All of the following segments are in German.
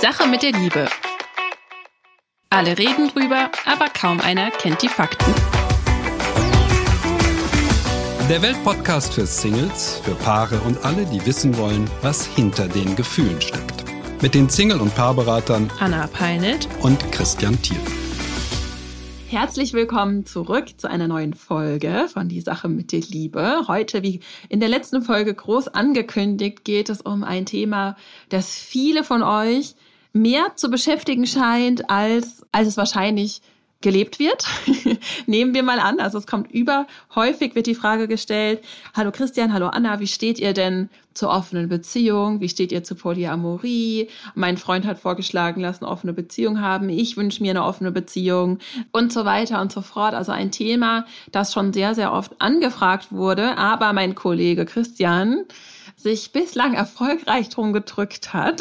Sache mit der Liebe. Alle reden drüber, aber kaum einer kennt die Fakten. Der Weltpodcast für Singles, für Paare und alle, die wissen wollen, was hinter den Gefühlen steckt. Mit den Single- und Paarberatern Anna Peinelt und Christian Thiel. Herzlich willkommen zurück zu einer neuen Folge von Die Sache mit der Liebe. Heute, wie in der letzten Folge groß angekündigt, geht es um ein Thema, das viele von euch mehr zu beschäftigen scheint, als es wahrscheinlich gelebt wird. Nehmen wir mal an, also es kommt häufig wird die Frage gestellt, hallo Christian, hallo Anna, wie steht ihr denn zur offenen Beziehung? Wie steht ihr zu Polyamorie? Mein Freund hat vorgeschlagen, lass eine offene Beziehung haben. Ich wünsche mir eine offene Beziehung und so weiter und so fort. Also ein Thema, das schon sehr, sehr oft angefragt wurde, aber mein Kollege Christian sich bislang erfolgreich drum gedrückt hat.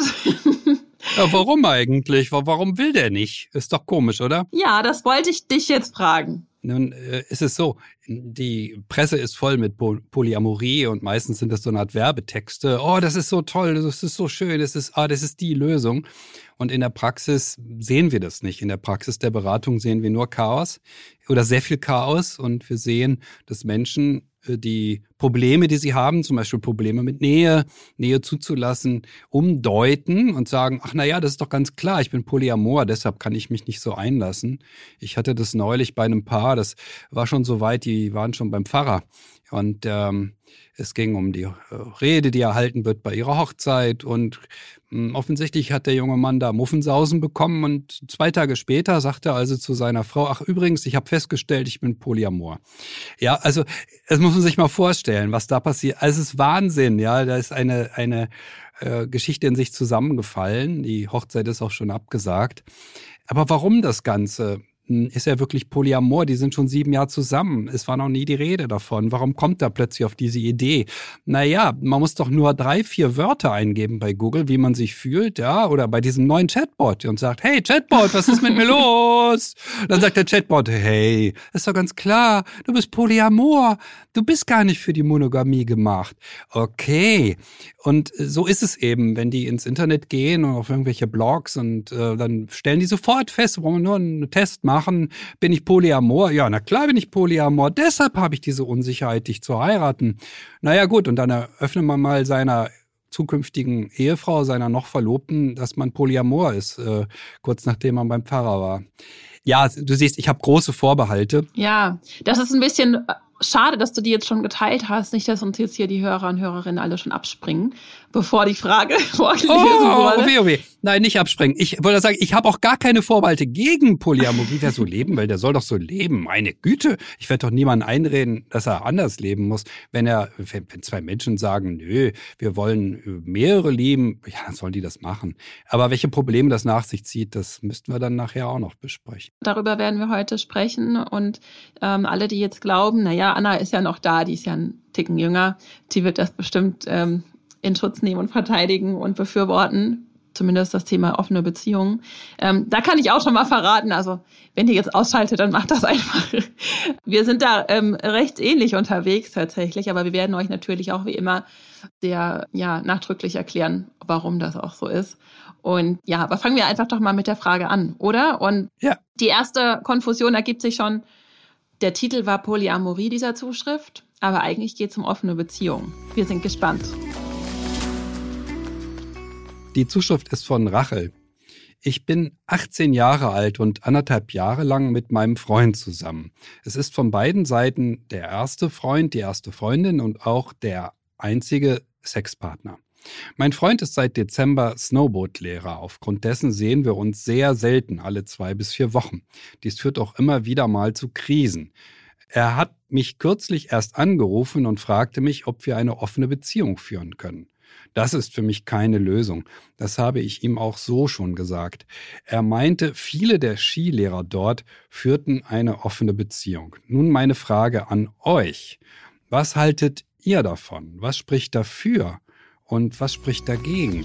Ja, warum eigentlich? Warum will der nicht? Ist doch komisch, oder? Ja, das wollte ich dich jetzt fragen. Nun ist es so, die Presse ist voll mit Polyamorie und meistens sind das so eine Art Werbetexte. Oh, das ist so toll, das ist so schön, das ist die Lösung. Und in der Praxis sehen wir das nicht. In der Praxis der Beratung sehen wir nur Chaos oder sehr viel Chaos. Und wir sehen, dass Menschen die Probleme, die sie haben, zum Beispiel Probleme mit Nähe zuzulassen, umdeuten und sagen, ach naja, das ist doch ganz klar, ich bin Polyamor, deshalb kann ich mich nicht so einlassen. Ich hatte das neulich bei einem Paar, das war schon so weit, die waren schon beim Pfarrer. Und es ging um die Rede, die erhalten wird bei ihrer Hochzeit. Und offensichtlich hat der junge Mann da Muffensausen bekommen. Und 2 Tage später sagte er also zu seiner Frau, ach übrigens, ich habe festgestellt, ich bin Polyamor. Ja, also das muss man sich mal vorstellen, was da passiert. Also es ist Wahnsinn, ja, da ist eine Geschichte in sich zusammengefallen. Die Hochzeit ist auch schon abgesagt. Aber warum das Ganze? Ist er wirklich Polyamor? Die sind schon 7 Jahre zusammen. Es war noch nie die Rede davon. Warum kommt er plötzlich auf diese Idee? Naja, man muss doch nur 3, 4 Wörter eingeben bei Google, wie man sich fühlt, ja, oder bei diesem neuen Chatbot und sagt, hey Chatbot, was ist mit mir los? Dann sagt der Chatbot, hey, ist doch ganz klar, du bist Polyamor. Du bist gar nicht für die Monogamie gemacht. Okay. Und so ist es eben, wenn die ins Internet gehen und auf irgendwelche Blogs und dann stellen die sofort fest, wollen wir nur einen Test machen, bin ich Polyamor? Ja, na klar bin ich Polyamor, deshalb habe ich diese Unsicherheit, dich zu heiraten. Naja gut, und dann eröffnet man mal seiner zukünftigen Ehefrau, seiner noch Verlobten, dass man Polyamor ist, kurz nachdem man beim Pfarrer war. Ja, du siehst, ich habe große Vorbehalte. Ja, das ist ein bisschen schade, dass du die jetzt schon geteilt hast. Nicht, dass uns jetzt hier die Hörer und Hörerinnen alle schon abspringen, bevor die Frage vorgelesen wurde. Oh weh. Nein, nicht abspringen. Ich wollte sagen, ich habe auch gar keine Vorbehalte gegen Polyamorie. Wer so leben will, der soll doch so leben. Meine Güte, ich werde doch niemandem einreden, dass er anders leben muss. Wenn 2 Menschen sagen, nö, wir wollen mehrere lieben, ja, dann sollen die das machen. Aber welche Probleme das nach sich zieht, das müssten wir dann nachher auch noch besprechen. Darüber werden wir heute sprechen und alle, die jetzt glauben, naja, Anna ist ja noch da, die ist ja ein Ticken jünger, die wird das bestimmt in Schutz nehmen und verteidigen und befürworten, zumindest das Thema offene Beziehungen. Da kann ich auch schon mal verraten, also wenn ihr jetzt ausschaltet, dann macht das einfach. Wir sind da recht ähnlich unterwegs tatsächlich, aber wir werden euch natürlich auch wie immer sehr nachdrücklich erklären, warum das auch so ist. Und ja, aber fangen wir einfach doch mal mit der Frage an, oder? Und ja. Die erste Konfusion ergibt sich schon. Der Titel war Polyamorie dieser Zuschrift, aber eigentlich geht es um offene Beziehungen. Wir sind gespannt. Die Zuschrift ist von Rachel. Ich bin 18 Jahre alt und 1,5 Jahre lang mit meinem Freund zusammen. Es ist von beiden Seiten der erste Freund, die erste Freundin und auch der einzige Sexpartner. Mein Freund ist seit Dezember Snowboard-Lehrer. Aufgrund dessen sehen wir uns sehr selten, alle 2 bis 4 Wochen. Dies führt auch immer wieder mal zu Krisen. Er hat mich kürzlich erst angerufen und fragte mich, ob wir eine offene Beziehung führen können. Das ist für mich keine Lösung. Das habe ich ihm auch so schon gesagt. Er meinte, viele der Skilehrer dort führten eine offene Beziehung. Nun meine Frage an euch. Was haltet ihr davon? Was spricht dafür? Und was spricht dagegen?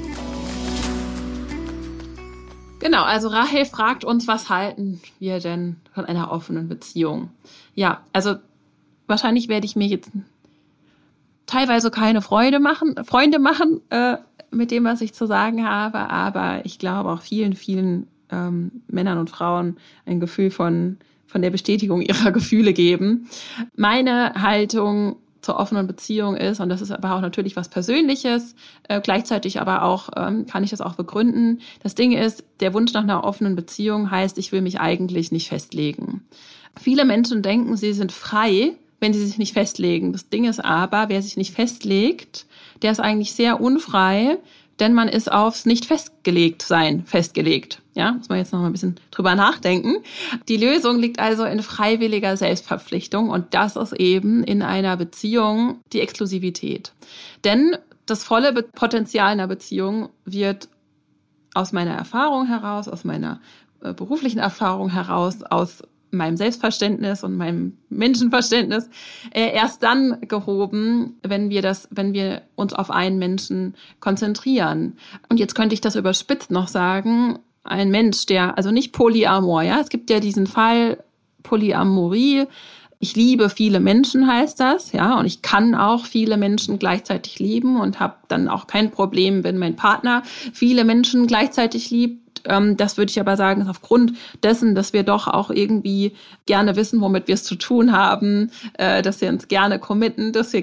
Genau, also Rahel fragt uns, was halten wir denn von einer offenen Beziehung? Ja, also wahrscheinlich werde ich mir jetzt teilweise keine Freunde machen, mit dem, was ich zu sagen habe, aber ich glaube auch vielen, vielen Männern und Frauen ein Gefühl von der Bestätigung ihrer Gefühle geben. Meine Haltung zur offenen Beziehung ist, und das ist aber auch natürlich was Persönliches, gleichzeitig aber auch kann ich das auch begründen. Das Ding ist, der Wunsch nach einer offenen Beziehung heißt, ich will mich eigentlich nicht festlegen. Viele Menschen denken, sie sind frei, wenn sie sich nicht festlegen. Das Ding ist aber, wer sich nicht festlegt, der ist eigentlich sehr unfrei, denn man ist aufs Nicht-Festgelegt-Sein festgelegt. Ja, muss man jetzt noch mal ein bisschen drüber nachdenken. Die Lösung liegt also in freiwilliger Selbstverpflichtung und das ist eben in einer Beziehung die Exklusivität. Denn das volle Potenzial einer Beziehung wird aus meiner Erfahrung heraus, aus meiner beruflichen Erfahrung heraus, aus meinem Selbstverständnis und meinem Menschenverständnis erst dann gehoben, wenn wir uns auf einen Menschen konzentrieren. Und jetzt könnte ich das überspitzt noch sagen, ein Mensch, der, also nicht Polyamor, ja, es gibt ja diesen Fall Polyamorie. Ich liebe viele Menschen, heißt das, ja, und ich kann auch viele Menschen gleichzeitig lieben und habe dann auch kein Problem, wenn mein Partner viele Menschen gleichzeitig liebt. Das würde ich aber sagen, ist aufgrund dessen, dass wir doch auch irgendwie gerne wissen, womit wir es zu tun haben, dass wir uns gerne committen, dass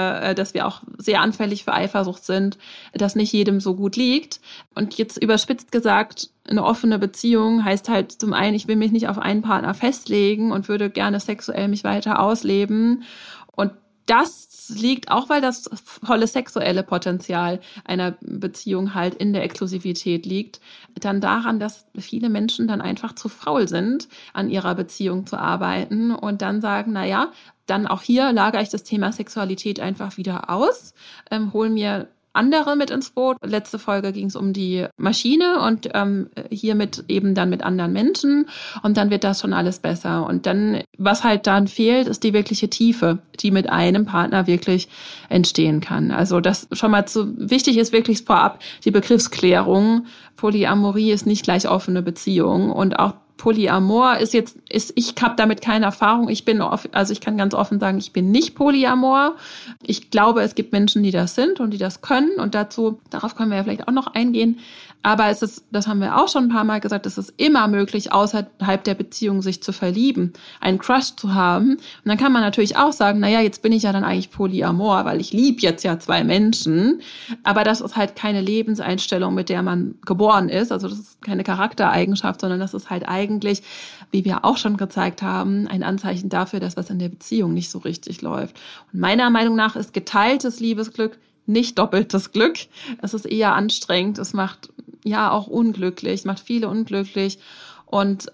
wir auch sehr anfällig für Eifersucht sind, dass nicht jedem so gut liegt. Und jetzt überspitzt gesagt, eine offene Beziehung heißt halt zum einen, ich will mich nicht auf einen Partner festlegen und würde gerne sexuell mich weiter ausleben. Und das liegt auch, weil das volle sexuelle Potenzial einer Beziehung halt in der Exklusivität liegt, dann daran, dass viele Menschen dann einfach zu faul sind, an ihrer Beziehung zu arbeiten und dann sagen, naja, dann auch hier lagere ich das Thema Sexualität einfach wieder aus, hole mir andere mit ins Boot. Letzte Folge ging es um die Maschine und hiermit eben dann mit anderen Menschen und dann wird das schon alles besser. Und dann, was halt dann fehlt, ist die wirkliche Tiefe, die mit einem Partner wirklich entstehen kann. Also das schon mal wichtig ist wirklich vorab die Begriffsklärung. Polyamorie ist nicht gleich offene Beziehung und auch Polyamor ich habe damit keine Erfahrung. Ich kann ganz offen sagen, ich bin nicht Polyamor. Ich glaube, es gibt Menschen, die das sind und die das können und darauf können wir ja vielleicht auch noch eingehen. Aber das haben wir auch schon ein paar Mal gesagt, es ist immer möglich, außerhalb der Beziehung sich zu verlieben, einen Crush zu haben. Und dann kann man natürlich auch sagen, naja, jetzt bin ich ja dann eigentlich Polyamor, weil ich liebe jetzt ja 2 Menschen. Aber das ist halt keine Lebenseinstellung, mit der man geboren ist. Also das ist keine Charaktereigenschaft, sondern das ist halt eigentlich, wie wir auch schon gezeigt haben, ein Anzeichen dafür, dass was in der Beziehung nicht so richtig läuft. Und meiner Meinung nach ist geteiltes Liebesglück nicht doppeltes Glück. Es ist eher anstrengend. Es macht ja auch unglücklich, macht viele unglücklich. Und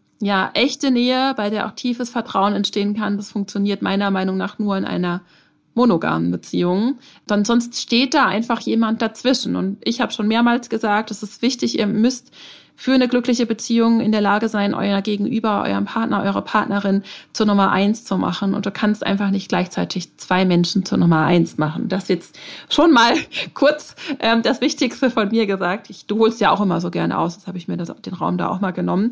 echte Nähe, bei der auch tiefes Vertrauen entstehen kann, das funktioniert meiner Meinung nach nur in einer monogamen Beziehung. Denn sonst steht da einfach jemand dazwischen. Und ich habe schon mehrmals gesagt, es ist wichtig, ihr müsst für eine glückliche Beziehung in der Lage sein, euer Gegenüber, euren Partner, eure Partnerin zur Nummer 1 zu machen. Und du kannst einfach nicht gleichzeitig 2 Menschen zur Nummer 1 machen. Das jetzt schon mal kurz das Wichtigste von mir gesagt. Du holst ja auch immer so gerne aus. Jetzt habe ich mir den Raum da auch mal genommen.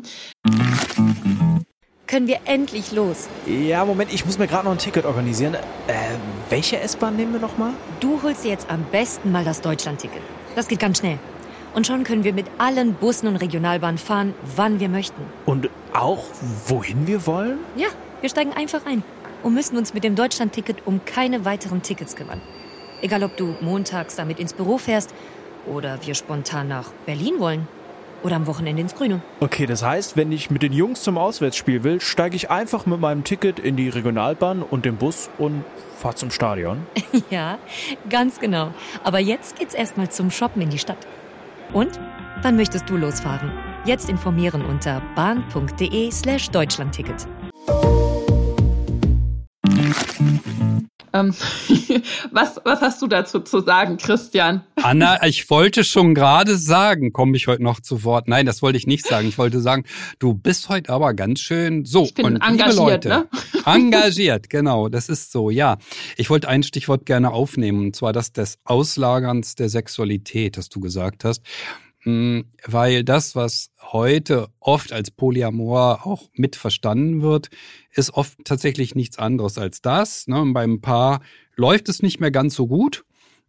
Können wir endlich los? Ja, Moment, ich muss mir gerade noch ein Ticket organisieren. Welche S-Bahn nehmen wir nochmal? Du holst dir jetzt am besten mal das Deutschland-Ticket. Das geht ganz schnell. Und schon können wir mit allen Bussen und Regionalbahnen fahren, wann wir möchten. Und auch, wohin wir wollen? Ja, wir steigen einfach ein und müssen uns mit dem Deutschland-Ticket um keine weiteren Tickets kümmern. Egal, ob du montags damit ins Büro fährst oder wir spontan nach Berlin wollen oder am Wochenende ins Grüne. Okay, das heißt, wenn ich mit den Jungs zum Auswärtsspiel will, steige ich einfach mit meinem Ticket in die Regionalbahn und den Bus und fahre zum Stadion. Ja, ganz genau. Aber jetzt geht's erstmal zum Shoppen in die Stadt. Und? Wann möchtest du losfahren? Jetzt informieren unter bahn.de/Deutschlandticket. Was hast du dazu zu sagen, Christian? Anna, ich wollte schon gerade sagen, komme ich heute noch zu Wort? Nein, das wollte ich nicht sagen. Ich wollte sagen, du bist heute aber ganz schön so. Ich bin und engagiert, liebe Leute, ne? Engagiert, genau, das ist so, ja. Ich wollte ein Stichwort gerne aufnehmen, und zwar das des Auslagerns der Sexualität, das du gesagt hast. Weil das, was heute oft als Polyamor auch mit verstanden wird, ist oft tatsächlich nichts anderes als das. Ne? Und beim Paar läuft es nicht mehr ganz so gut.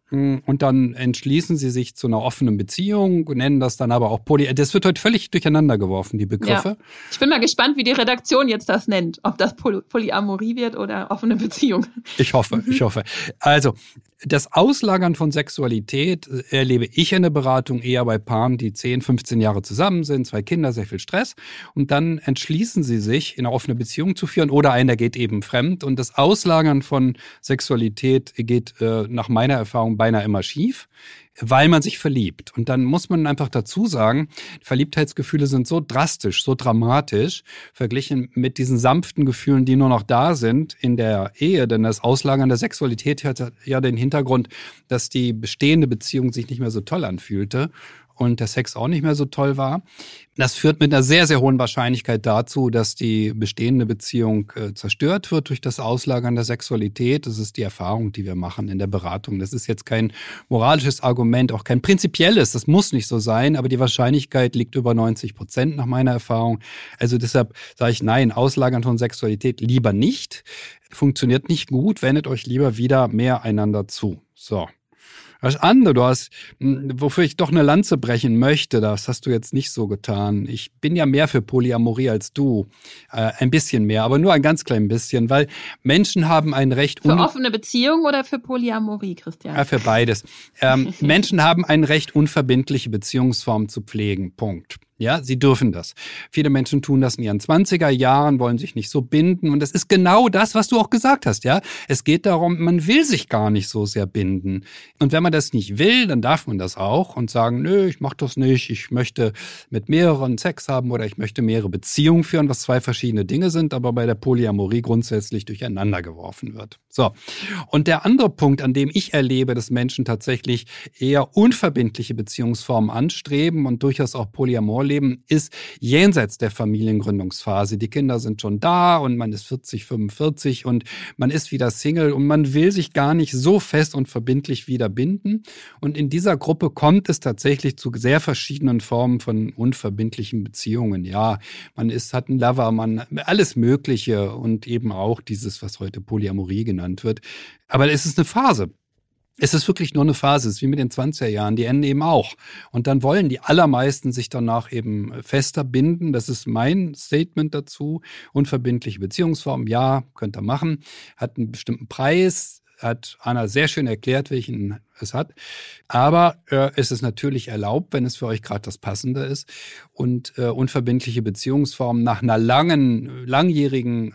Und dann entschließen sie sich zu einer offenen Beziehung, nennen das dann aber auch das wird heute völlig durcheinander geworfen, die Begriffe. Ja. Ich bin mal gespannt, wie die Redaktion jetzt das nennt. Ob das Polyamorie wird oder offene Beziehung. Ich hoffe. Also, das Auslagern von Sexualität erlebe ich in der Beratung eher bei Paaren, die 10, 15 Jahre zusammen sind, 2 Kinder, sehr viel Stress. Und dann entschließen sie sich, in eine offene Beziehung zu führen oder einer geht eben fremd. Und das Auslagern von Sexualität geht nach meiner Erfahrung beinahe immer schief, weil man sich verliebt. Und dann muss man einfach dazu sagen, Verliebtheitsgefühle sind so drastisch, so dramatisch, verglichen mit diesen sanften Gefühlen, die nur noch da sind in der Ehe. Denn das Auslagern der Sexualität hat ja den Hintergrund, dass die bestehende Beziehung sich nicht mehr so toll anfühlte und der Sex auch nicht mehr so toll war. Das führt mit einer sehr, sehr hohen Wahrscheinlichkeit dazu, dass die bestehende Beziehung zerstört wird durch das Auslagern der Sexualität. Das ist die Erfahrung, die wir machen in der Beratung. Das ist jetzt kein moralisches Argument, auch kein prinzipielles. Das muss nicht so sein, aber die Wahrscheinlichkeit liegt über 90% nach meiner Erfahrung. Also deshalb sage ich nein, Auslagern von Sexualität lieber nicht. Funktioniert nicht gut, wendet euch lieber wieder mehr einander zu. So. Das andere, wofür ich doch eine Lanze brechen möchte, das hast du jetzt nicht so getan. Ich bin ja mehr für Polyamorie als du. Ein bisschen mehr, aber nur ein ganz klein bisschen, weil Menschen haben ein Recht... Für offene Beziehung oder für Polyamorie, Christian? Ja, für beides. Menschen haben ein Recht, unverbindliche Beziehungsformen zu pflegen. Punkt. Ja, sie dürfen das. Viele Menschen tun das in ihren 20er Jahren, wollen sich nicht so binden. Und das ist genau das, was du auch gesagt hast, ja. Es geht darum, man will sich gar nicht so sehr binden. Und wenn man das nicht will, dann darf man das auch und sagen, nö, ich mach das nicht. Ich möchte mit mehreren Sex haben oder ich möchte mehrere Beziehungen führen, was 2 verschiedene Dinge sind, aber bei der Polyamorie grundsätzlich durcheinander geworfen wird. So. Und der andere Punkt, an dem ich erlebe, dass Menschen tatsächlich eher unverbindliche Beziehungsformen anstreben und durchaus auch Polyamor leben, ist jenseits der Familiengründungsphase. Die Kinder sind schon da und man ist 40, 45 und man ist wieder Single und man will sich gar nicht so fest und verbindlich wieder binden. Und in dieser Gruppe kommt es tatsächlich zu sehr verschiedenen Formen von unverbindlichen Beziehungen. Ja, hat einen Lover, alles Mögliche und eben auch dieses, was heute Polyamorie genannt wird. Aber es ist eine Phase. Es ist wirklich nur eine Phase, es ist wie mit den 20er Jahren, die enden eben auch. Und dann wollen die allermeisten sich danach eben fester binden. Das ist mein Statement dazu. Unverbindliche Beziehungsform, ja, könnt ihr machen. Hat einen bestimmten Preis, hat Anna sehr schön erklärt, welchen es hat. Aber es ist natürlich erlaubt, wenn es für euch gerade das Passende ist. Und unverbindliche Beziehungsformen nach einer langjährigen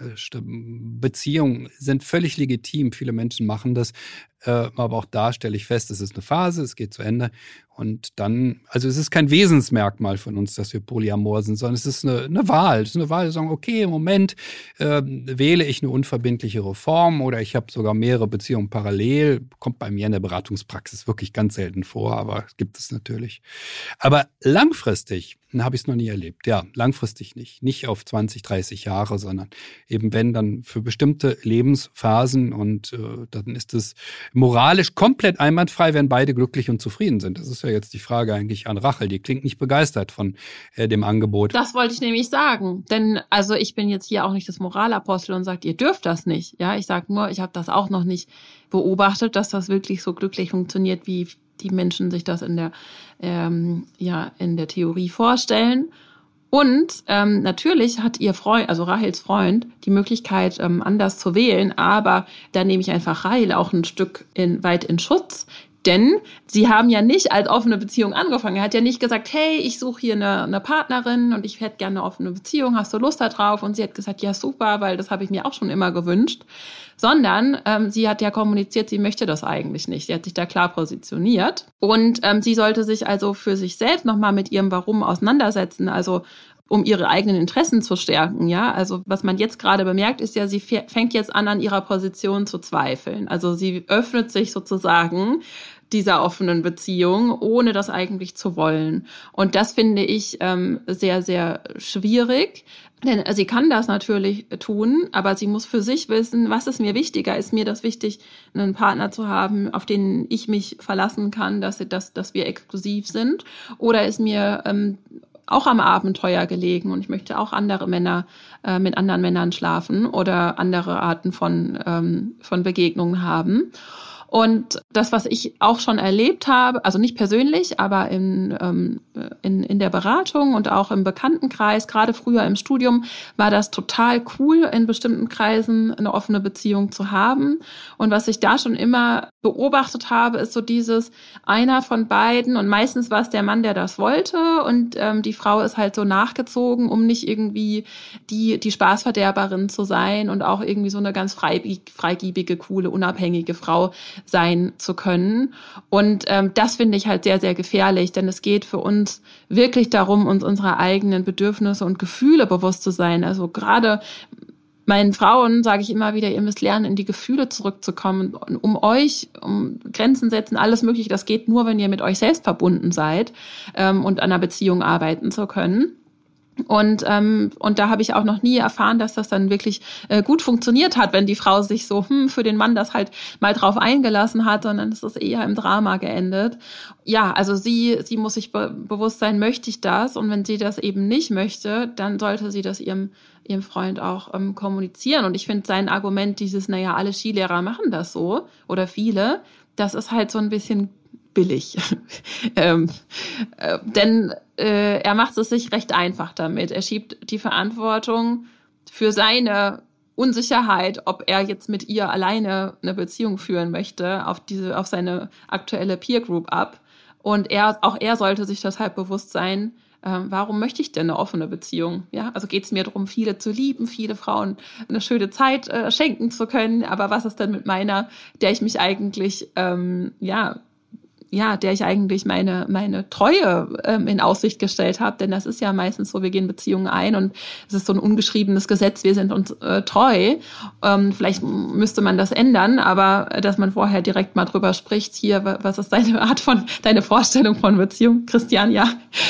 Beziehung sind völlig legitim. Viele Menschen machen das. Aber auch da stelle ich fest, es ist eine Phase, es geht zu Ende. Und dann, also es ist kein Wesensmerkmal von uns, dass wir Polyamor sind, sondern es ist eine Wahl. Es ist eine Wahl, zu sagen, okay, im Moment wähle ich eine unverbindlichere Form oder ich habe sogar mehrere Beziehungen parallel. Kommt bei mir in der Beratungspraxis wirklich ganz selten vor, aber gibt es natürlich. Aber langfristig habe ich es noch nie erlebt. Ja, langfristig nicht. Nicht auf 20, 30 Jahre, sondern eben wenn, dann für bestimmte Lebensphasen und dann ist es moralisch komplett einwandfrei, wenn beide glücklich und zufrieden sind. Das ist ja jetzt die Frage eigentlich an Rachel. Die klingt nicht begeistert von dem Angebot. Das wollte ich nämlich sagen. Denn also ich bin jetzt hier auch nicht das Moralapostel und sage, ihr dürft das nicht. Ja, ich sage nur, ich habe das auch noch nicht beobachtet, dass das wirklich so glücklich funktioniert, wie die Menschen sich das in der Theorie vorstellen. Und natürlich hat ihr Freund, also Rahels Freund, die Möglichkeit, anders zu wählen, aber da nehme ich einfach Rahel auch ein Stück weit in Schutz. Denn sie haben ja nicht als offene Beziehung angefangen. Er hat ja nicht gesagt, hey, ich suche hier eine Partnerin und ich hätte gerne eine offene Beziehung, hast du Lust da drauf? Und sie hat gesagt, ja super, weil das habe ich mir auch schon immer gewünscht. Sondern sie hat ja kommuniziert, sie möchte das eigentlich nicht. Sie hat sich da klar positioniert. Und sie sollte sich also für sich selbst nochmal mit ihrem Warum auseinandersetzen, also um ihre eigenen Interessen zu stärken, ja. Also was man jetzt gerade bemerkt, ist ja, sie fängt jetzt an ihrer Position zu zweifeln. Also sie öffnet sich sozusagen dieser offenen Beziehung, ohne das eigentlich zu wollen. Und das finde ich sehr, sehr schwierig. Denn sie kann das natürlich tun, aber sie muss für sich wissen, was ist mir wichtiger? Ist mir das wichtig, einen Partner zu haben, auf den ich mich verlassen kann, dass wir exklusiv sind? Oder ist mir auch am Abenteuer gelegen und ich möchte auch andere Männer mit anderen Männern schlafen oder andere Arten von Begegnungen haben? Und das, was ich auch schon erlebt habe, also nicht persönlich, aber in der Beratung und auch im Bekanntenkreis, gerade früher im Studium, war das total cool, in bestimmten Kreisen eine offene Beziehung zu haben. Und was ich da schon immer beobachtet habe, ist so dieses, einer von beiden, und meistens war es der Mann, der das wollte, und die Frau ist halt so nachgezogen, um nicht irgendwie die Spaßverderberin zu sein und auch irgendwie so eine ganz freigiebige, coole, unabhängige Frau sein zu können. Und das finde ich halt sehr, sehr gefährlich, denn es geht für uns wirklich darum, uns unserer eigenen Bedürfnisse und Gefühle bewusst zu sein. Also gerade meinen Frauen sage ich immer wieder, ihr müsst lernen, in die Gefühle zurückzukommen, um Grenzen setzen, alles Mögliche. Das geht nur, wenn ihr mit euch selbst verbunden seid und an einer Beziehung arbeiten zu können. Und da habe ich auch noch nie erfahren, dass das dann wirklich gut funktioniert hat, wenn die Frau sich so für den Mann das halt mal drauf eingelassen hat, sondern es ist eher im Drama geendet. Ja, also sie muss sich bewusst sein, möchte ich das? Und wenn sie das eben nicht möchte, dann sollte sie das ihrem Freund auch kommunizieren. Und ich finde sein Argument, naja, alle Skilehrer machen das so oder viele, das ist halt so ein bisschen billig. Denn er macht es sich recht einfach damit. Er schiebt die Verantwortung für seine Unsicherheit, ob er jetzt mit ihr alleine eine Beziehung führen möchte, auf seine aktuelle Peer Group ab. Und auch er sollte sich deshalb bewusst sein, warum möchte ich denn eine offene Beziehung? Ja, also geht es mir darum, viele zu lieben, viele Frauen eine schöne Zeit schenken zu können. Aber was ist denn mit meiner, der ich mich eigentlich der ich eigentlich meine Treue in Aussicht gestellt habe, denn das ist ja meistens so, wir gehen Beziehungen ein und es ist so ein ungeschriebenes Gesetz, wir sind uns treu. Vielleicht müsste man das ändern, aber dass man vorher direkt mal drüber spricht, hier, was ist deine Vorstellung von Beziehung? Christian, ja.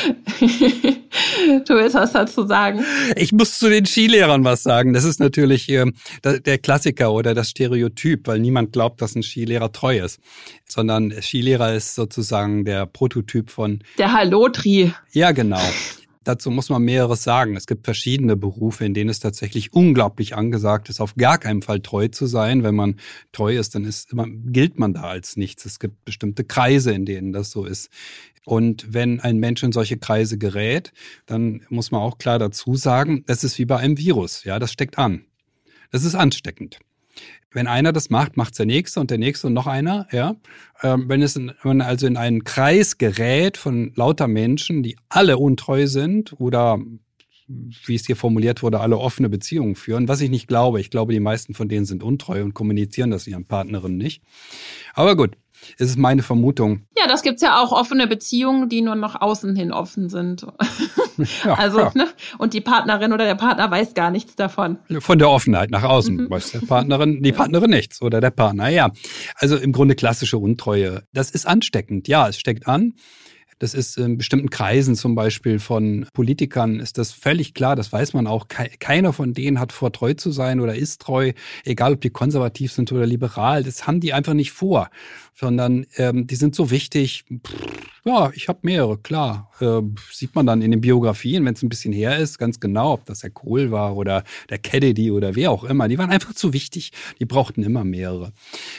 Du willst was dazu sagen? Ich muss zu den Skilehrern was sagen. Das ist natürlich der Klassiker oder das Stereotyp, weil niemand glaubt, dass ein Skilehrer treu ist, sondern Skilehrer ist sozusagen der Prototyp von der Hallotri. Ja, genau. Dazu muss man Mehreres sagen. Es gibt verschiedene Berufe, in denen es tatsächlich unglaublich angesagt ist, auf gar keinen Fall treu zu sein. Wenn man treu ist, dann gilt man da als nichts. Es gibt bestimmte Kreise, in denen das so ist. Und wenn ein Mensch in solche Kreise gerät, dann muss man auch klar dazu sagen, das ist wie bei einem Virus. Ja, das steckt an. Das ist ansteckend. Wenn einer das macht, macht's der Nächste und noch einer. Ja, wenn man also in einen Kreis gerät von lauter Menschen, die alle untreu sind oder, wie es hier formuliert wurde, alle offene Beziehungen führen, was ich nicht glaube. Ich glaube, die meisten von denen sind untreu und kommunizieren das ihren Partnerinnen nicht. Aber gut. Es ist meine Vermutung. Ja, das gibt's ja auch, offene Beziehungen, die nur nach außen hin offen sind. Ja, also, ja. Ne? Und die Partnerin oder der Partner weiß gar nichts davon. Von der Offenheit nach außen weiß die Partnerin nichts oder der Partner. Ja, also im Grunde klassische Untreue. Das ist ansteckend. Ja, es steckt an. Das ist in bestimmten Kreisen zum Beispiel von Politikern ist das völlig klar, das weiß man auch. Keiner von denen hat vor, treu zu sein oder ist treu, egal ob die konservativ sind oder liberal. Das haben die einfach nicht vor, sondern die sind so wichtig. Ja, ich habe mehrere, klar. Sieht man dann in den Biografien, wenn es ein bisschen her ist, ganz genau, ob das der Kohl war oder der Kennedy oder wer auch immer. Die waren einfach zu wichtig. Die brauchten immer mehrere.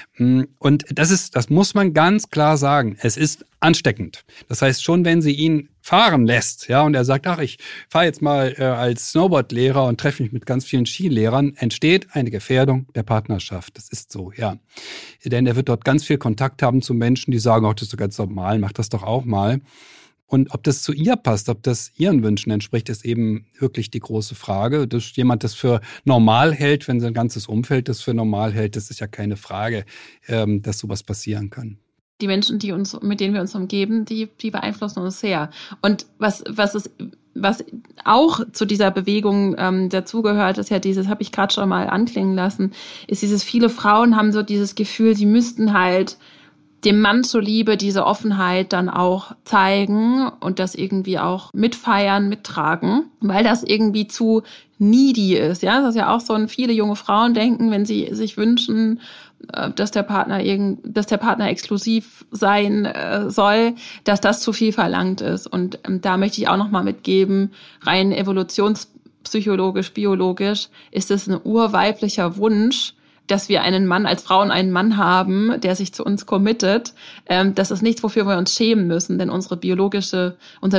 Und das muss man ganz klar sagen. Es ist ansteckend. Das heißt, schon wenn sie ihn fahren lässt, ja, und er sagt, ach, ich fahre jetzt mal als Snowboardlehrer und treffe mich mit ganz vielen Skilehrern, entsteht eine Gefährdung der Partnerschaft. Das ist so, ja. Denn er wird dort ganz viel Kontakt haben zu Menschen, die sagen, ach, das ist so ganz normal, mach das doch auch mal. Und ob das zu ihr passt, ob das ihren Wünschen entspricht, ist eben wirklich die große Frage. Dass jemand das für normal hält, wenn sein ganzes Umfeld das für normal hält, das ist ja keine Frage, dass sowas passieren kann. Die Menschen, mit denen wir uns umgeben, die beeinflussen uns sehr. Und was auch zu dieser Bewegung dazugehört, ist ja dieses, habe ich gerade schon mal anklingen lassen, ist viele Frauen haben so dieses Gefühl, sie müssten halt dem Mann zuliebe diese Offenheit dann auch zeigen und das irgendwie auch mitfeiern, mittragen, weil das irgendwie zu needy ist. Ja, das ist ja auch so, viele junge Frauen denken, wenn sie sich wünschen, dass der Partner exklusiv sein soll, dass das zu viel verlangt ist. Und da möchte ich auch noch mal mitgeben, rein evolutionspsychologisch, biologisch ist es ein urweiblicher Wunsch, dass wir einen Mann, als Frauen einen Mann haben, der sich zu uns committet, das ist nichts, wofür wir uns schämen müssen, denn unser biologisches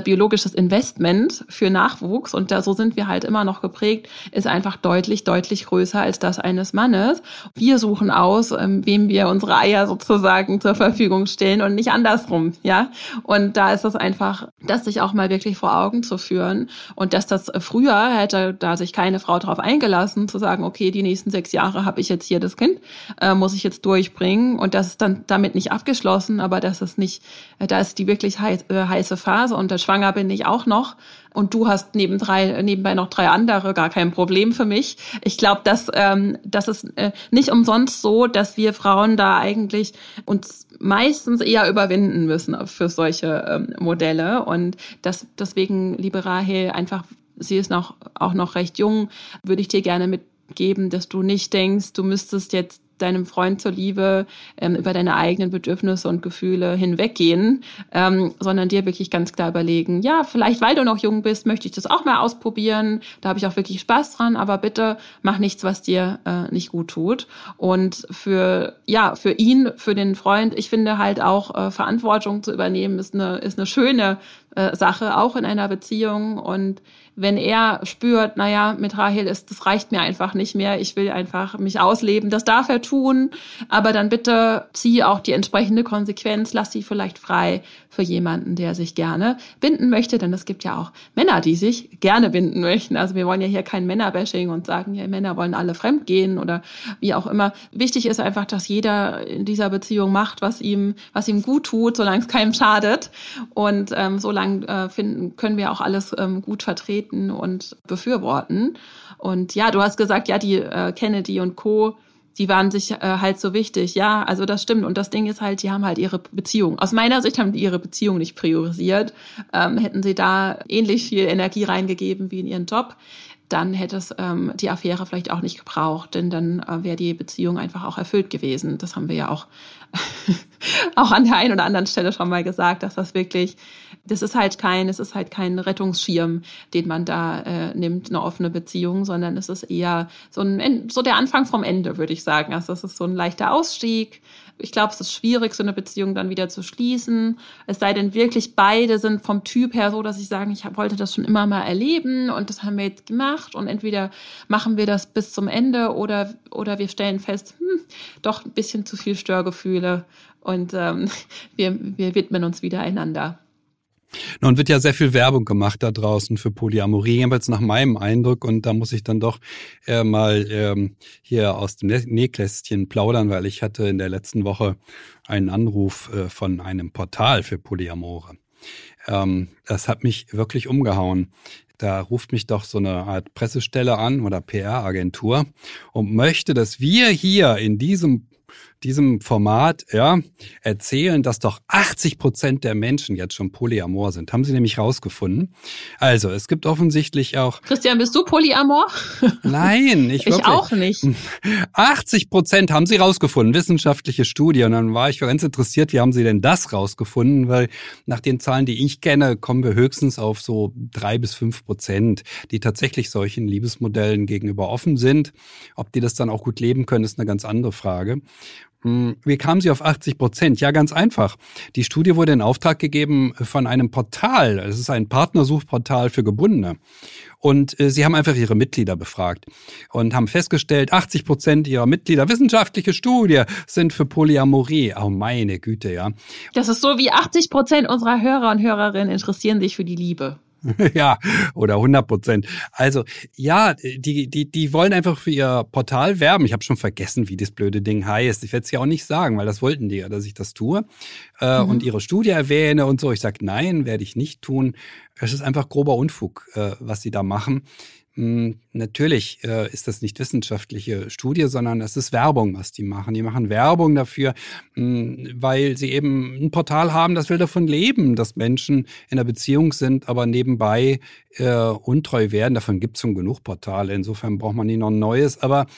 Investment für Nachwuchs, und so sind wir halt immer noch geprägt, ist einfach deutlich, deutlich größer als das eines Mannes. Wir suchen aus, wem wir unsere Eier sozusagen zur Verfügung stellen und nicht andersrum, ja. Und da ist es einfach, das sich auch mal wirklich vor Augen zu führen und dass das früher hätte da sich keine Frau drauf eingelassen, zu sagen, okay, die nächsten 6 Jahre habe ich jetzt hier das Kind, muss ich jetzt durchbringen, und das ist dann damit nicht abgeschlossen, aber das ist nicht, da ist die wirklich heiße Phase, und schwanger bin ich auch noch, und du hast nebenbei noch 3 andere, gar kein Problem für mich. Ich glaube, das ist nicht umsonst so, dass wir Frauen da eigentlich uns meistens eher überwinden müssen für solche Modelle, und deswegen, liebe Rahel, einfach, sie ist auch noch recht jung, würde ich dir gerne mitgeben, dass du nicht denkst, du müsstest jetzt deinem Freund zuliebe über deine eigenen Bedürfnisse und Gefühle hinweggehen, sondern dir wirklich ganz klar überlegen, ja, vielleicht, weil du noch jung bist, möchte ich das auch mal ausprobieren, da habe ich auch wirklich Spaß dran, aber bitte mach nichts, was dir nicht gut tut. Und für ihn, für den Freund, ich finde halt auch, Verantwortung zu übernehmen, ist eine schöne Sache, auch in einer Beziehung. Und wenn er spürt, naja, mit Rahel das reicht mir einfach nicht mehr, ich will einfach mich ausleben, das darf er tun, aber dann bitte zieh auch die entsprechende Konsequenz, lass sie vielleicht frei für jemanden, der sich gerne binden möchte, denn es gibt ja auch Männer, die sich gerne binden möchten. Also wir wollen ja hier kein Männerbashing und sagen, ja, Männer wollen alle fremd gehen oder wie auch immer. Wichtig ist einfach, dass jeder in dieser Beziehung macht, was ihm gut tut, solange es keinem schadet, und solange können wir auch alles gut vertreten und befürworten. Und ja, du hast gesagt, ja, die Kennedy und Co., die waren sich halt so wichtig. Ja, also das stimmt. Und das Ding ist halt, die haben halt ihre Beziehung. Aus meiner Sicht haben die ihre Beziehung nicht priorisiert. Hätten sie da ähnlich viel Energie reingegeben wie in ihren Job, dann hätte es die Affäre vielleicht auch nicht gebraucht, denn dann wäre die Beziehung einfach auch erfüllt gewesen. Das haben wir ja auch an der einen oder anderen Stelle schon mal gesagt, dass das ist halt kein Rettungsschirm, den man da nimmt, eine offene Beziehung, sondern es ist eher so der Anfang vom Ende, würde ich sagen. Also es ist so ein leichter Ausstieg. Ich glaube, es ist schwierig, so eine Beziehung dann wieder zu schließen. Es sei denn, wirklich beide sind vom Typ her so, dass ich sage, ich wollte das schon immer mal erleben und das haben wir jetzt gemacht, und entweder machen wir das bis zum Ende oder wir stellen fest, doch ein bisschen zu viel Störgefühle, und wir widmen uns wieder einander. Nun wird ja sehr viel Werbung gemacht da draußen für Polyamorie, jedenfalls nach meinem Eindruck. Und da muss ich dann doch mal hier aus dem Nähkästchen plaudern, weil ich hatte in der letzten Woche einen Anruf von einem Portal für Polyamore. Das hat mich wirklich umgehauen. Da ruft mich doch so eine Art Pressestelle an oder PR-Agentur und möchte, dass wir hier in diesem Format erzählen, dass doch 80% der Menschen jetzt schon polyamor sind. Haben sie nämlich rausgefunden. Also, es gibt offensichtlich auch... Christian, bist du polyamor? Nein, ich auch nicht. 80% haben sie rausgefunden, wissenschaftliche Studie. Und dann war ich ganz interessiert, wie haben sie denn das rausgefunden? Weil nach den Zahlen, die ich kenne, kommen wir höchstens auf so 3-5%, die tatsächlich solchen Liebesmodellen gegenüber offen sind. Ob die das dann auch gut leben können, ist eine ganz andere Frage. Wie kamen Sie auf 80%? Ja, ganz einfach. Die Studie wurde in Auftrag gegeben von einem Portal. Es ist ein Partnersuchportal für Gebundene. Und sie haben einfach ihre Mitglieder befragt und haben festgestellt, 80% ihrer Mitglieder, wissenschaftliche Studie, sind für Polyamorie. Oh, meine Güte, ja. Das ist so, wie 80% unserer Hörer und Hörerinnen interessieren sich für die Liebe. Ja, oder 100%. Also ja, die wollen einfach für ihr Portal werben. Ich habe schon vergessen, wie das blöde Ding heißt. Ich werde es ja auch nicht sagen, weil das wollten die ja, dass ich das tue und ihre Studie erwähne und so. Ich sage, nein, werde ich nicht tun. Es ist einfach grober Unfug, was sie da machen. Natürlich ist das nicht wissenschaftliche Studie, sondern es ist Werbung, was die machen. Die machen Werbung dafür, weil sie eben ein Portal haben, das will davon leben, dass Menschen in einer Beziehung sind, aber nebenbei untreu werden. Davon gibt es schon genug Portale, insofern braucht man nie noch ein neues. Aber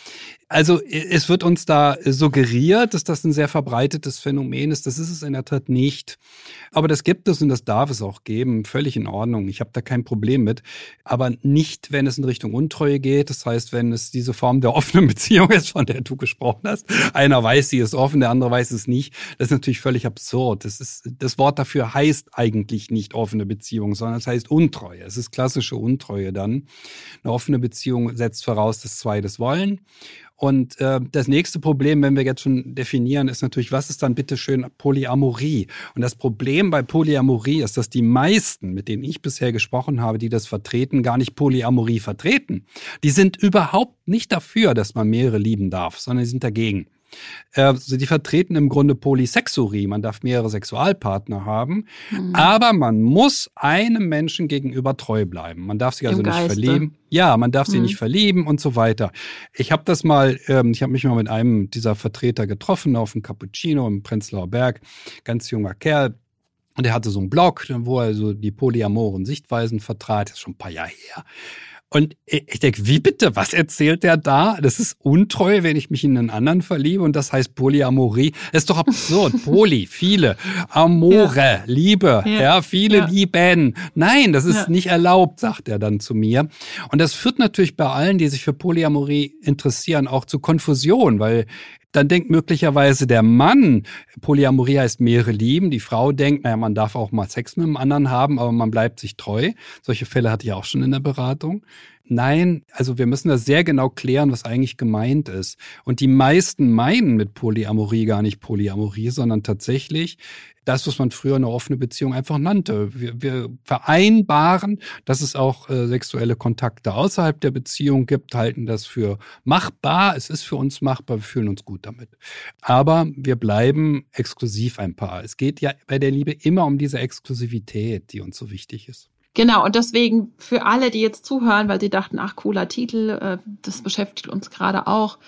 Also es wird uns da suggeriert, dass das ein sehr verbreitetes Phänomen ist. Das ist es in der Tat nicht. Aber das gibt es und das darf es auch geben. Völlig in Ordnung. Ich habe da kein Problem mit. Aber nicht, wenn es in Richtung Untreue geht. Das heißt, wenn es diese Form der offenen Beziehung ist, von der du gesprochen hast. Einer weiß, sie ist offen, der andere weiß es nicht. Das ist natürlich völlig absurd. Das Wort dafür heißt eigentlich nicht offene Beziehung, sondern es heißt Untreue. Es ist klassische Untreue dann. Eine offene Beziehung setzt voraus, dass zwei das wollen. Und das nächste Problem, wenn wir jetzt schon definieren, ist natürlich, was ist dann bitteschön Polyamorie? Und das Problem bei Polyamorie ist, dass die meisten, mit denen ich bisher gesprochen habe, die das vertreten, gar nicht Polyamorie vertreten. Die sind überhaupt nicht dafür, dass man mehrere lieben darf, sondern die sind dagegen. Also die vertreten im Grunde Polysexurie. Man darf mehrere Sexualpartner haben, aber man muss einem Menschen gegenüber treu bleiben. Man darf sich also nicht verlieben. Ja, man darf sich nicht verlieben und so weiter. Ich habe mich mal mit einem dieser Vertreter getroffen auf dem Cappuccino im Prenzlauer Berg. Ganz junger Kerl. Und er hatte so einen Blog, wo er so die polyamoren Sichtweisen vertrat. Das ist schon ein paar Jahre her. Und ich denke, wie bitte, was erzählt der da? Das ist Untreue, wenn ich mich in einen anderen verliebe und das heißt Polyamorie. Das ist doch absurd. Poly, viele. Amore, Liebe, viele lieben. Nein, das ist nicht erlaubt, sagt er dann zu mir. Und das führt natürlich bei allen, die sich für Polyamorie interessieren, auch zu Konfusion, weil dann denkt möglicherweise der Mann, Polyamorie heißt mehrere lieben. Die Frau denkt, naja, man darf auch mal Sex mit dem anderen haben, aber man bleibt sich treu. Solche Fälle hatte ich auch schon in der Beratung. Nein, also wir müssen das sehr genau klären, was eigentlich gemeint ist. Und die meisten meinen mit Polyamorie gar nicht Polyamorie, sondern tatsächlich das, was man früher eine offene Beziehung einfach nannte. Wir vereinbaren, dass es auch sexuelle Kontakte außerhalb der Beziehung gibt, halten das für machbar. Es ist für uns machbar, wir fühlen uns gut damit. Aber wir bleiben exklusiv ein Paar. Es geht ja bei der Liebe immer um diese Exklusivität, die uns so wichtig ist. Genau, und deswegen für alle, die jetzt zuhören, weil sie dachten, ach, cooler Titel, das beschäftigt uns gerade auch.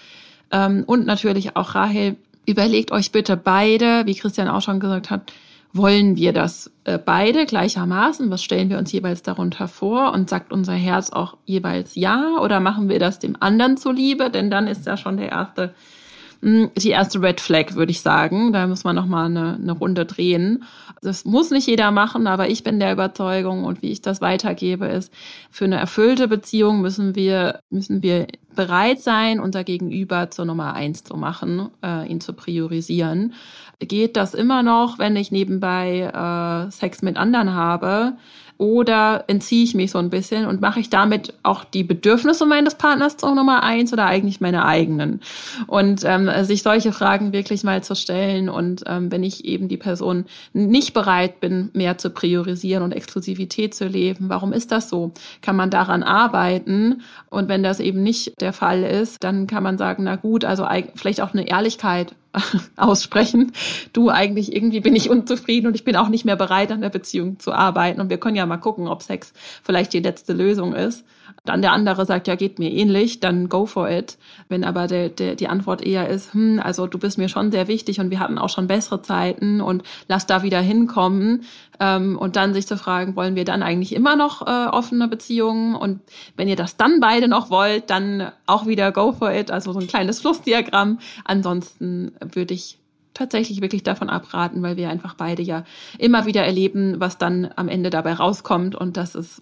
Und natürlich auch Rahel, überlegt euch bitte beide, wie Christian auch schon gesagt hat, wollen wir das beide gleichermaßen? Was stellen wir uns jeweils darunter vor? Und sagt unser Herz auch jeweils ja? Oder machen wir das dem anderen zuliebe? Denn dann ist ja schon die erste Red Flag, würde ich sagen. Da muss man nochmal eine Runde drehen. Das muss nicht jeder machen, aber ich bin der Überzeugung und wie ich das weitergebe ist, für eine erfüllte Beziehung müssen wir bereit sein, unser Gegenüber zur Nummer 1 zu machen, ihn zu priorisieren. Geht das immer noch, wenn ich nebenbei Sex mit anderen habe? Oder entziehe ich mich so ein bisschen und mache ich damit auch die Bedürfnisse meines Partners zur Nummer 1 oder eigentlich meine eigenen? Und sich solche Fragen wirklich mal zu stellen und wenn ich eben die Person nicht bereit bin, mehr zu priorisieren und Exklusivität zu leben, warum ist das so? Kann man daran arbeiten? Und wenn das eben nicht der Fall ist, dann kann man sagen, na gut, also vielleicht auch eine Ehrlichkeit aussprechen. Du, eigentlich irgendwie bin ich unzufrieden und ich bin auch nicht mehr bereit, an der Beziehung zu arbeiten. Und wir können ja mal gucken, ob Sex vielleicht die letzte Lösung ist. Dann der andere sagt, ja, geht mir ähnlich, dann go for it. Wenn aber die Antwort eher ist, also du bist mir schon sehr wichtig und wir hatten auch schon bessere Zeiten und lass da wieder hinkommen. Und dann sich zu fragen, wollen wir dann eigentlich immer noch offene Beziehungen? Und wenn ihr das dann beide noch wollt, dann auch wieder go for it. Also so ein kleines Flussdiagramm. Ansonsten würde ich tatsächlich wirklich davon abraten, weil wir einfach beide ja immer wieder erleben, was dann am Ende dabei rauskommt. Und das ist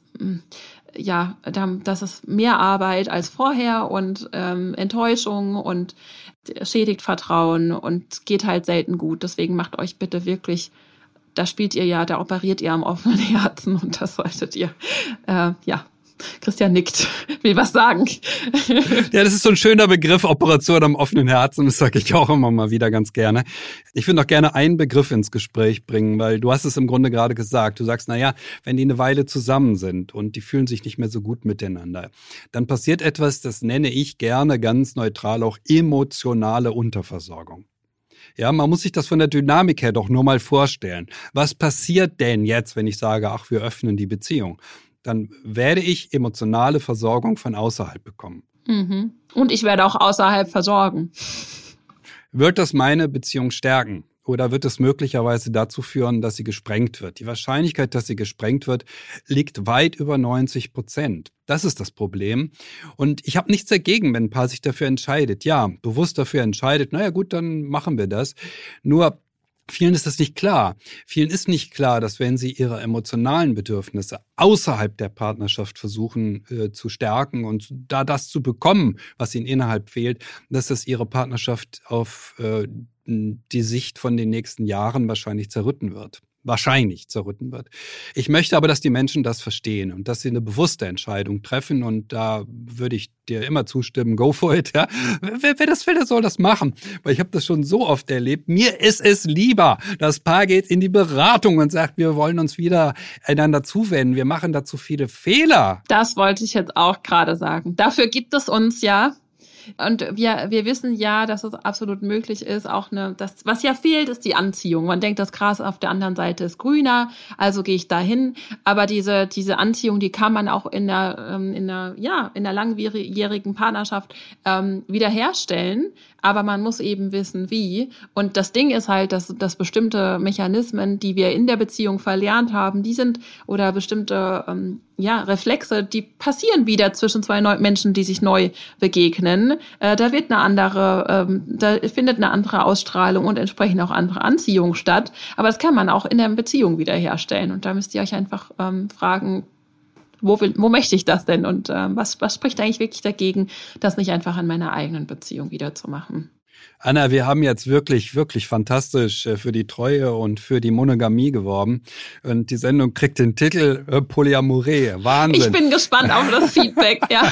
mehr Arbeit als vorher und Enttäuschung und schädigt Vertrauen und geht halt selten gut. Deswegen macht euch bitte wirklich, da operiert ihr am offenen Herzen und das solltet ihr, Christian nickt, will was sagen. Ja, das ist so ein schöner Begriff, Operation am offenen Herzen, das sage ich auch immer mal wieder ganz gerne. Ich würde noch gerne einen Begriff ins Gespräch bringen, weil du hast es im Grunde gerade gesagt. Du sagst, naja, wenn die eine Weile zusammen sind und die fühlen sich nicht mehr so gut miteinander, dann passiert etwas, das nenne ich gerne ganz neutral auch emotionale Unterversorgung. Ja, man muss sich das von der Dynamik her doch nur mal vorstellen. Was passiert denn jetzt, wenn ich sage, ach, wir öffnen die Beziehung? Dann werde ich emotionale Versorgung von außerhalb bekommen. Und ich werde auch außerhalb versorgen. Wird das meine Beziehung stärken? oder wird es möglicherweise dazu führen, dass sie gesprengt wird? Die Wahrscheinlichkeit, dass sie gesprengt wird, liegt weit über 90%. Das ist das Problem. Und ich habe nichts dagegen, wenn ein Paar sich dafür entscheidet. Ja, bewusst dafür entscheidet, naja gut, dann machen wir das. Nur vielen ist das nicht klar. Vielen ist nicht klar, dass wenn sie ihre emotionalen Bedürfnisse außerhalb der Partnerschaft versuchen zu stärken und da das zu bekommen, was ihnen innerhalb fehlt, dass das ihre Partnerschaft auf die Sicht von den nächsten Jahren wahrscheinlich zerrütten wird. Ich möchte aber, dass die Menschen das verstehen und dass sie eine bewusste Entscheidung treffen. Und da würde ich dir immer zustimmen, go for it. Ja? Wer das will, der soll das machen. Weil ich habe das schon so oft erlebt. Mir ist es lieber, das Paar geht in die Beratung und sagt, wir wollen uns wieder einander zuwenden. Wir machen da zu viele Fehler. Das wollte ich jetzt auch gerade sagen. Dafür gibt es uns ja. Und wir wissen ja, dass es absolut möglich ist, auch was ja fehlt, ist die Anziehung. Man denkt, das Gras auf der anderen Seite ist grüner, also gehe ich dahin. Aber diese Anziehung, die kann man auch in einer langjährigen Partnerschaft wiederherstellen. Aber man muss eben wissen, wie. Und das Ding ist halt, dass bestimmte Mechanismen, die wir in der Beziehung verlernt haben, oder bestimmte Reflexe, die passieren wieder zwischen zwei Menschen, die sich neu begegnen. Da findet eine andere Ausstrahlung und entsprechend auch andere Anziehung statt. Aber das kann man auch in der Beziehung wiederherstellen. Und da müsst ihr euch einfach fragen, wo möchte ich das denn? Und was spricht eigentlich wirklich dagegen, das nicht einfach in meiner eigenen Beziehung wiederzumachen? Anna, wir haben jetzt wirklich, wirklich fantastisch für die Treue und für die Monogamie geworben. Und die Sendung kriegt den Titel Polyamorie. Wahnsinn. Ich bin gespannt auf das Feedback, ja.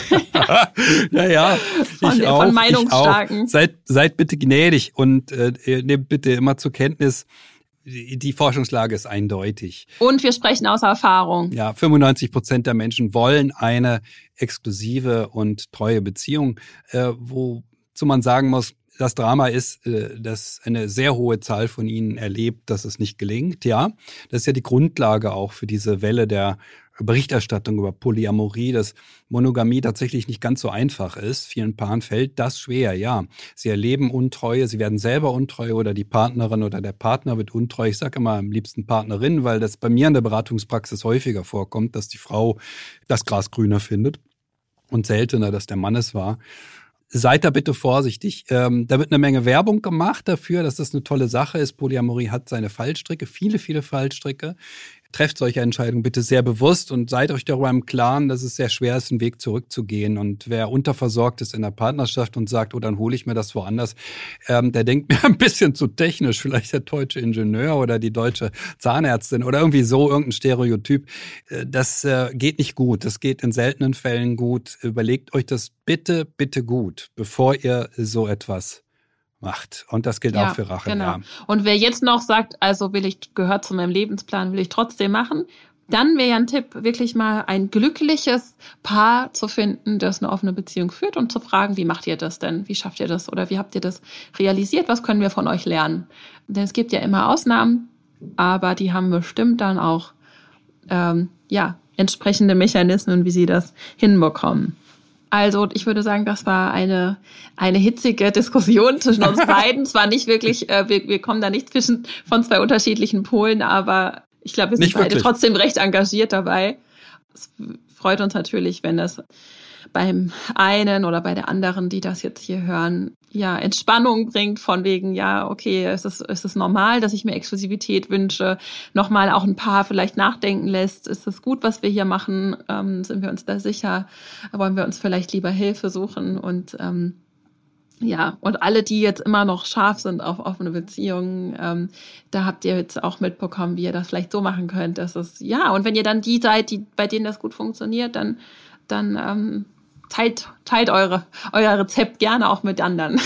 Ja, von Meinungsstarken. Seid bitte gnädig und nehmt bitte immer zur Kenntnis, die Forschungslage ist eindeutig. Und wir sprechen aus Erfahrung. Ja, 95% der Menschen wollen eine exklusive und treue Beziehung, wozu man sagen muss, das Drama ist, dass eine sehr hohe Zahl von ihnen erlebt, dass es nicht gelingt. Ja, das ist ja die Grundlage auch für diese Welle der Berichterstattung über Polyamorie, dass Monogamie tatsächlich nicht ganz so einfach ist. Vielen Paaren fällt das schwer, ja. Sie erleben Untreue, sie werden selber untreu oder die Partnerin oder der Partner wird untreu. Ich sage immer am liebsten Partnerin, weil das bei mir in der Beratungspraxis häufiger vorkommt, dass die Frau das Gras grüner findet und seltener, dass der Mann es war. Seid da bitte vorsichtig. Da wird eine Menge Werbung gemacht dafür, dass das eine tolle Sache ist. Polyamorie hat seine Fallstricke, viele, viele Fallstricke. Trefft solche Entscheidungen bitte sehr bewusst und seid euch darüber im Klaren, dass es sehr schwer ist, einen Weg zurückzugehen. Und wer unterversorgt ist in der Partnerschaft und sagt, oh, dann hole ich mir das woanders, der denkt mir ein bisschen zu technisch. Vielleicht der deutsche Ingenieur oder die deutsche Zahnärztin oder irgendwie so, irgendein Stereotyp. Das geht nicht gut. Das geht in seltenen Fällen gut. Überlegt euch das bitte, bitte gut, bevor ihr so etwas macht. Und das gilt auch für Rache. Genau. Ja. Und wer jetzt noch sagt, also gehört zu meinem Lebensplan, will ich trotzdem machen, dann wäre ja ein Tipp, wirklich mal ein glückliches Paar zu finden, das eine offene Beziehung führt und zu fragen, wie macht ihr das denn? Wie schafft ihr das? Oder wie habt ihr das realisiert? Was können wir von euch lernen? Denn es gibt ja immer Ausnahmen, aber die haben bestimmt dann auch entsprechende Mechanismen, wie sie das hinbekommen. Also ich würde sagen, das war eine hitzige Diskussion zwischen uns beiden. Es war nicht wirklich, wir kommen da nicht von zwei unterschiedlichen Polen, aber ich glaube, wir sind nicht beide wirklich trotzdem recht engagiert dabei. Es freut uns natürlich, wenn das beim einen oder bei der anderen, die das jetzt hier hören, ja, Entspannung bringt von wegen, ja, okay, es ist normal, dass ich mir Exklusivität wünsche, nochmal auch ein Paar vielleicht nachdenken lässt, ist es gut, was wir hier machen, sind wir uns da sicher, wollen wir uns vielleicht lieber Hilfe suchen und und alle, die jetzt immer noch scharf sind auf offene Beziehungen, da habt ihr jetzt auch mitbekommen, wie ihr das vielleicht so machen könnt, dass es, und wenn ihr dann die seid, bei denen das gut funktioniert, dann teilt euer Rezept gerne auch mit anderen.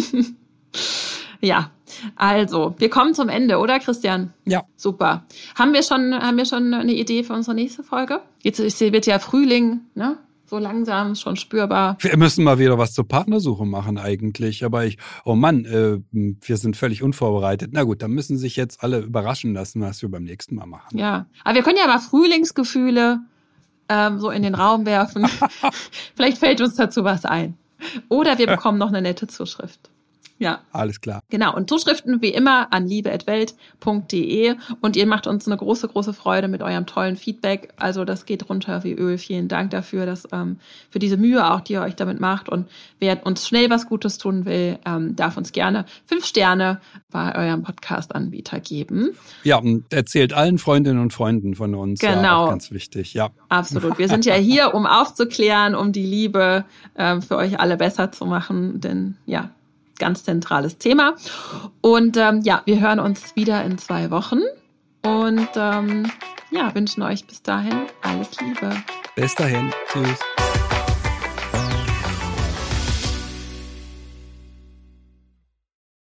Ja, also, wir kommen zum Ende, oder Christian? Ja. Super. Haben wir schon eine Idee für unsere nächste Folge? Jetzt wird ja Frühling, ne? So langsam, schon spürbar. Wir müssen mal wieder was zur Partnersuche machen eigentlich. Aber wir sind völlig unvorbereitet. Na gut, dann müssen sich jetzt alle überraschen lassen, was wir beim nächsten Mal machen. Ja, aber wir können ja mal Frühlingsgefühle so in den Raum werfen. Vielleicht fällt uns dazu was ein. Oder wir bekommen noch eine nette Zuschrift. Ja. Alles klar. Genau, und Zuschriften wie immer an liebe@welt.de und ihr macht uns eine große, große Freude mit eurem tollen Feedback. Also das geht runter wie Öl. Vielen Dank dafür, dass, für diese Mühe auch, die ihr euch damit macht. Und wer uns schnell was Gutes tun will, darf uns gerne 5 Sterne bei eurem Podcast-Anbieter geben. Ja, und erzählt allen Freundinnen und Freunden von uns. Genau. Ja, auch ganz wichtig, ja. Absolut. Wir sind ja hier, um aufzuklären, um die Liebe für euch alle besser zu machen. Denn ja, ganz zentrales Thema. Und wir hören uns wieder in 2 Wochen und wünschen euch bis dahin alles Liebe. Bis dahin. Tschüss.